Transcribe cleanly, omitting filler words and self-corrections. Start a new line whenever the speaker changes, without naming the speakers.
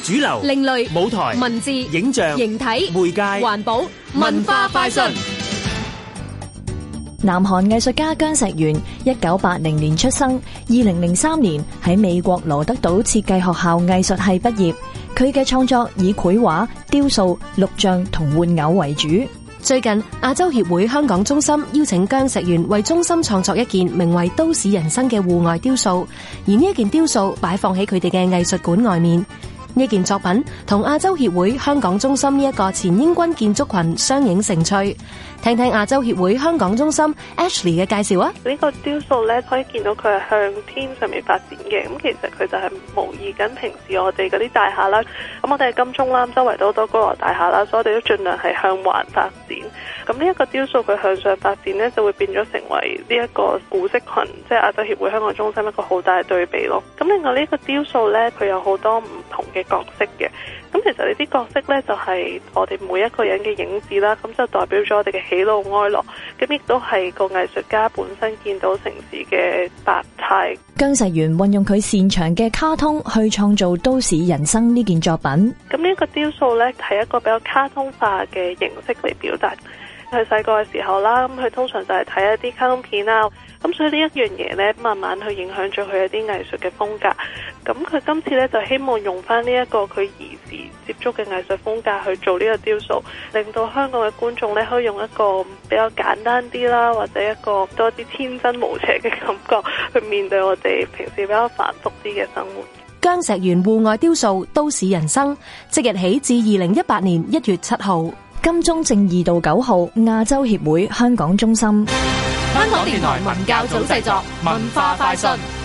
主流、
另類、
舞台、
文字、
影像、
形體、
媒介、
環保、文化快訊。
南韓藝術家姜碩元1980年出生，2003年喺美國羅德島設計學校藝術系畢業。佢嘅創作以繪畫、雕塑、錄像同玩偶為主。
最近亞洲協會香港中心邀請姜碩元為中心創作一件名為《都市人生》嘅戶外雕塑，而呢一件雕塑擺放喺佢哋嘅藝術館外面。呢件作品同亞洲協會香港中心呢一個前英軍建築群相映成趣。聽聽亞洲協會香港中心 Ashley 嘅介紹啊！
呢個雕塑咧，可以見到佢係向天上面發展嘅。咁其實佢就係模擬緊平時我哋嗰啲大廈啦。咁我哋係金鐘啦，周圍都好多高樓大廈啦，所以我哋都盡量係向環發展。咁呢一個雕塑佢向上發展咧，就會變咗成為呢一個古蹟群，即係亞洲協會香港中心一個好大嘅對比咯。咁另外呢個雕塑咧，佢有好多唔同嘅角色嘅。咁其實呢啲角色咧，就係我哋每一個人嘅影子啦。咁就代表咗我哋嘅喜怒哀樂。咁亦都係個藝術家本身見到城市嘅百態。
姜碩元運用佢擅長嘅卡通去創造都市人生呢件作品。
咁呢個雕塑咧，係一個比較卡通化嘅形式嚟表達。佢細個嘅時候啦，咁佢通常就係睇一啲卡通片啦，咁所以呢一樣嘢咧，慢慢去影響咗佢一啲藝術嘅風格。咁佢今次咧就希望用翻呢一個佢兒時接觸嘅藝術風格去做呢個雕塑，令到香港嘅觀眾咧可以用一個比較簡單啲啦，或者一個多啲天真無邪嘅感覺去面對我哋平時比較繁複啲嘅生活。
姜碩元戶外雕塑《都市人生》即日起至2018年1月7號。
金鐘正2到9號亞洲協會香港中心。
香港電台文教組製作，文化快訊。